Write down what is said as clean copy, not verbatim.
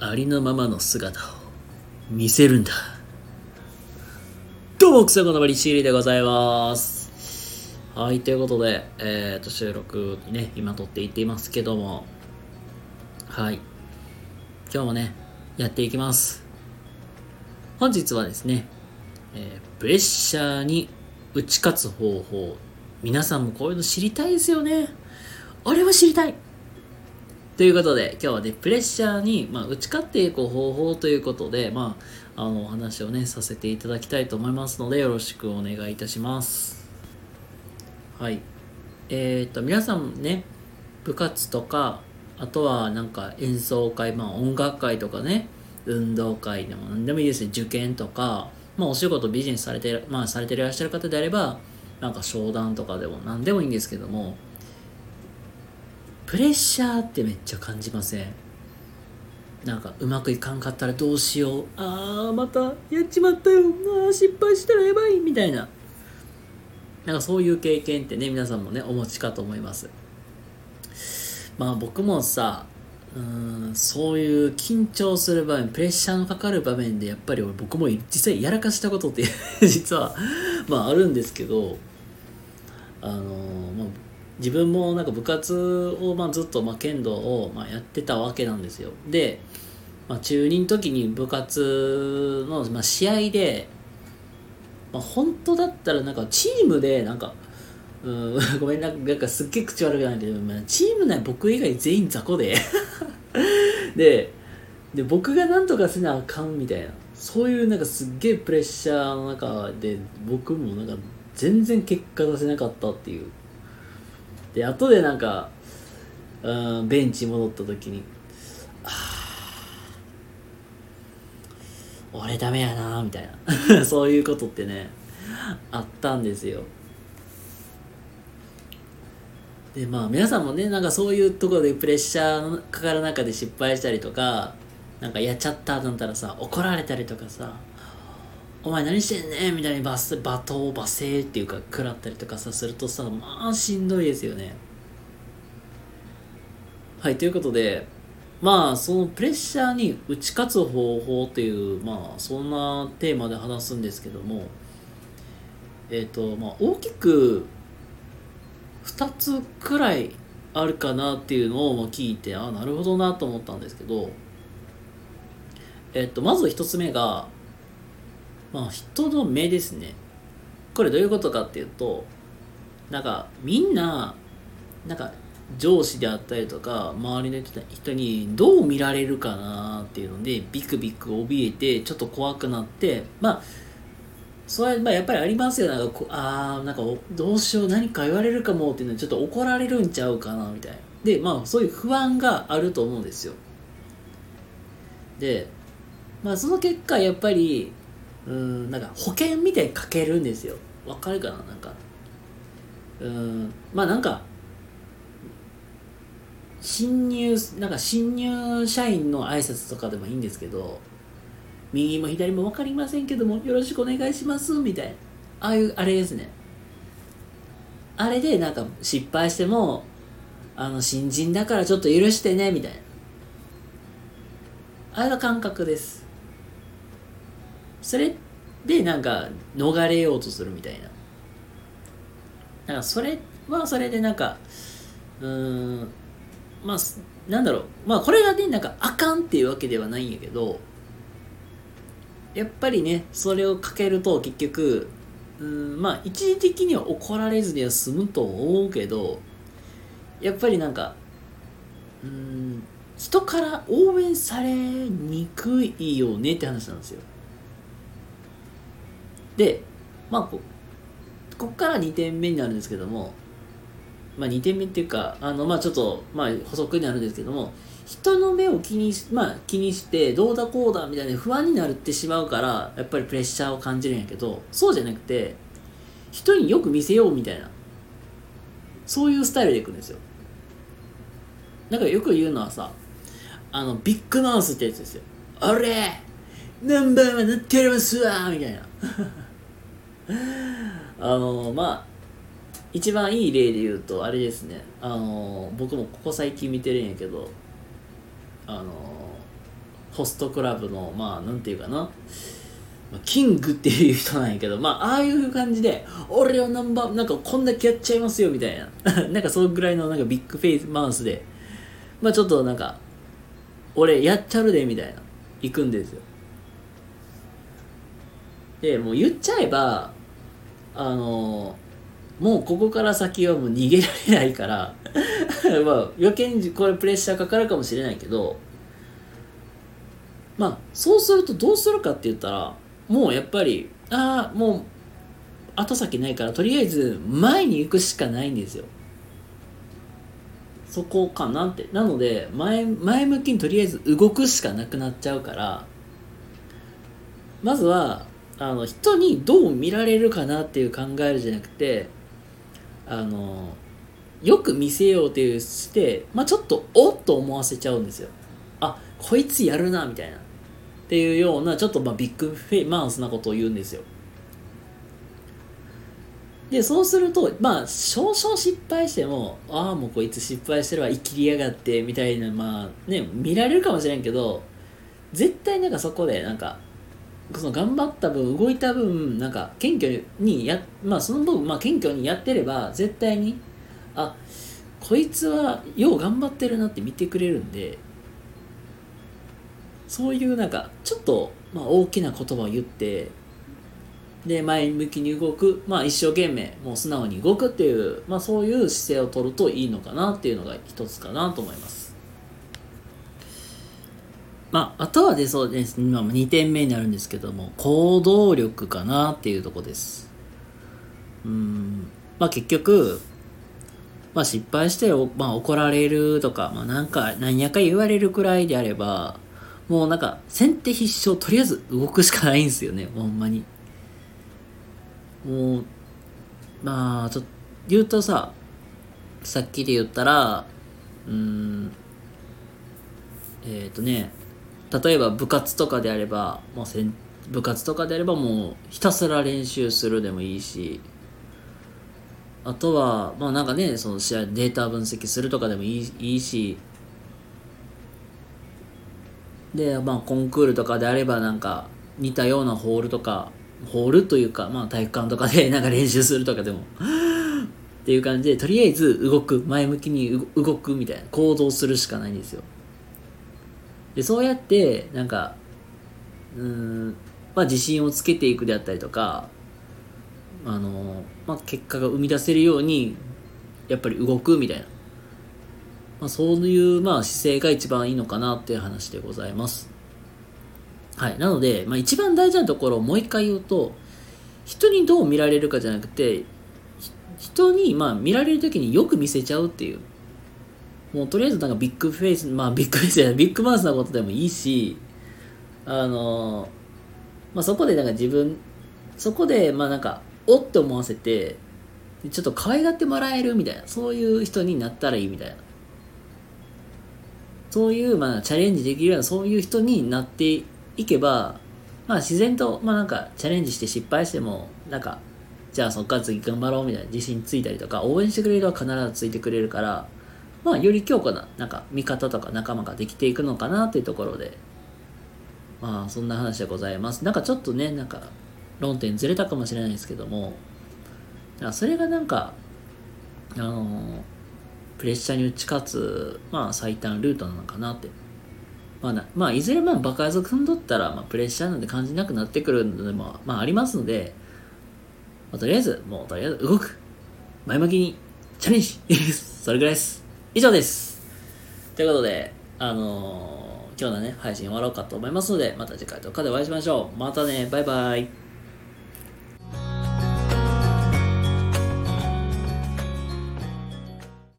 ありのままの姿を見せるんだ。どうも、くせこのばりしりでございます。はい、ということで、収録にね、今撮っていっていますけども、はい、今日もね、やっていきます。本日はですね、プレッシャーに打ち勝つ方法。皆さんもこういうの知りたいですよね。俺は知りたいということで、今日はね、プレッシャーに、打ち勝っていく方法ということで、お話をね、させていただきたいと思いますので、よろしくお願いいたします。はい。皆さんね、部活とか、あとはなんか演奏会、音楽会とかね、運動会でも何でもいいですね、受験とか、お仕事、ビジネスされていらっしゃる方であれば、なんか商談とかでも何でもいいんですけども、プレッシャーってめっちゃ感じません？なんかうまくいかんかったらどうしよう、またやっちまったよ、失敗したらやばいみたいな、なんかそういう経験ってね、皆さんもねお持ちかと思います。僕もさ、そういう緊張する場面、プレッシャーのかかる場面でやっぱり僕も実際やらかしたことって実はあるんですけど、自分もなんか部活をずっと剣道をやってたわけなんですよ。で、中2の時に部活の試合で、本当だったらなんかチームでなんかごめんなんかすっげえ口悪くないけど、チーム内僕以外全員雑魚でで僕がなんとかせなあかんみたいな、そういうなんかすっげえプレッシャーの中で僕もなんか全然結果出せなかったっていう。で後でなんかベンチ戻った時に俺ダメやなみたいなそういうことってねあったんですよ。で皆さんもねなんかそういうところでプレッシャーかかる中で失敗したりとか、なんかやっちゃったとなったらさ怒られたりとかさ、お前何してんねんみたいに罵倒罵声っていうか食らったりとかさするとさ、しんどいですよね。はい、ということでそのプレッシャーに打ち勝つ方法というそんなテーマで話すんですけども、大きく2つくらいあるかなっていうのを聞いて、なるほどなと思ったんですけど、まず1つ目が、人の目ですね。これどういうことかっていうと、なんかみんななんか上司であったりとか周りの人にどう見られるかなっていうのでビクビク怯えてちょっと怖くなって、それはやっぱりありますよ。なんかなんかどうしよう何か言われるかもっていうのはちょっと怒られるんちゃうかなみたいな。でそういう不安があると思うんですよ。でその結果やっぱりなんか保険みたいにかけるんですよ。わかるかな。なんかなんか新入社員の挨拶とかでもいいんですけど、右も左も分かりませんけどもよろしくお願いしますみたいな、ああいうあれですね。あれでなんか失敗しても新人だからちょっと許してねみたいな、あれが感覚です。それでなんか逃れようとするみたいな、なんかそれはそれでなんかなんだろう、これがねなんかあかんっていうわけではないんやけど、やっぱりねそれをかけると結局一時的には怒られずには済むと思うけど、やっぱりなんか人から応援されにくいよねって話なんですよ。でこっから2点目になるんですけども、2点目っていうかちょっと補足になるんですけども、人の目を気にしてどうだこうだみたいな不安になってしまうからやっぱりプレッシャーを感じるんやけど、そうじゃなくて人によく見せようみたいな、そういうスタイルでいくんですよ。なんかよく言うのはさ、ビッグマウスってやつですよ。あれナンバーワンなってやりますわみたいな一番いい例で言うとあれですね。僕もここ最近見てるんやけど、 ホストクラブのなんていうかな、キングっていう人なんやけど、ああいう感じで俺をなんかこんだけやっちゃいますよみたいななんかそのぐらいのなんかビッグフェイスマウスでちょっとなんか俺やっちゃるでみたいな行くんですよ。でもう言っちゃえばもうここから先はもう逃げられないから余計にこれプレッシャーかかるかもしれないけど、そうするとどうするかって言ったら、もうやっぱりもう後先ないからとりあえず前に行くしかないんですよ。そこかなって。なので前向きにとりあえず動くしかなくなっちゃうから、まずは人にどう見られるかなっていう考えるじゃなくて、よく見せようというして、ちょっとおっと思わせちゃうんですよ。こいつやるなみたいなっていうようなちょっとビッグフェイマウスなことを言うんですよ。でそうすると少々失敗してももうこいつ失敗してるわ生きりやがってみたいな見られるかもしれんけど、絶対なんかそこでなんかその頑張った分動いた分なんか謙虚にその分謙虚にやってれば絶対にこいつはよう頑張ってるなって見てくれるんで、そういうなんかちょっと大きな言葉を言ってで前向きに動く、一生懸命もう素直に動くっていう、そういう姿勢を取るといいのかなっていうのが一つかなと思います。あとはでそうですね、2点目になるんですけども、行動力かなっていうところです。結局失敗して怒られるとか何やか言われるくらいであれば、もうなんか先手必勝とりあえず動くしかないんですよね。ほんまにもうちょっと言うとさっきで言ったら例えば部活とかであればもうひたすら練習するでもいいし、あとはその試合データ分析するとかでもいいし、でコンクールとかであれば似たようなホールというか体育館とかで練習するとかでもっていう感じでとりあえず動く、前向きに動くみたいな行動するしかないんですよ。でそうやって自信をつけていくであったりとか結果が生み出せるようにやっぱり動くみたいな、そういう姿勢が一番いいのかなっていう話でございます。はい。なので、一番大事なところをもう一回言うと、人にどう見られるかじゃなくて、人に見られるときによく見せちゃうっていう。もうとりあえずビッグフェイス、ビッグフェイスじゃない、ビッグマウスなことでもいいし、そこでそこでおって思わせて、ちょっと可愛がってもらえるみたいな、そういう人になったらいいみたいな。そういうチャレンジできるようなそういう人になっていけば、自然とチャレンジして失敗してもじゃあそっから次頑張ろうみたいな自信ついたりとか、応援してくれる人は必ずついてくれるから、より強固な味方とか仲間ができていくのかなっていうところで、そんな話でございます。ちょっとね論点ずれたかもしれないですけども、それがプレッシャーに打ち勝つ最短ルートなのかなって。いずれ爆発組んどったらプレッシャーなんて感じなくなってくるのでもありますので、とりあえず動く、前向きにチャレンジそれぐらいです。以上です。ということで今日のね配信終わろうかと思いますので、また次回とかでお会いしましょう。またね、バイバイ。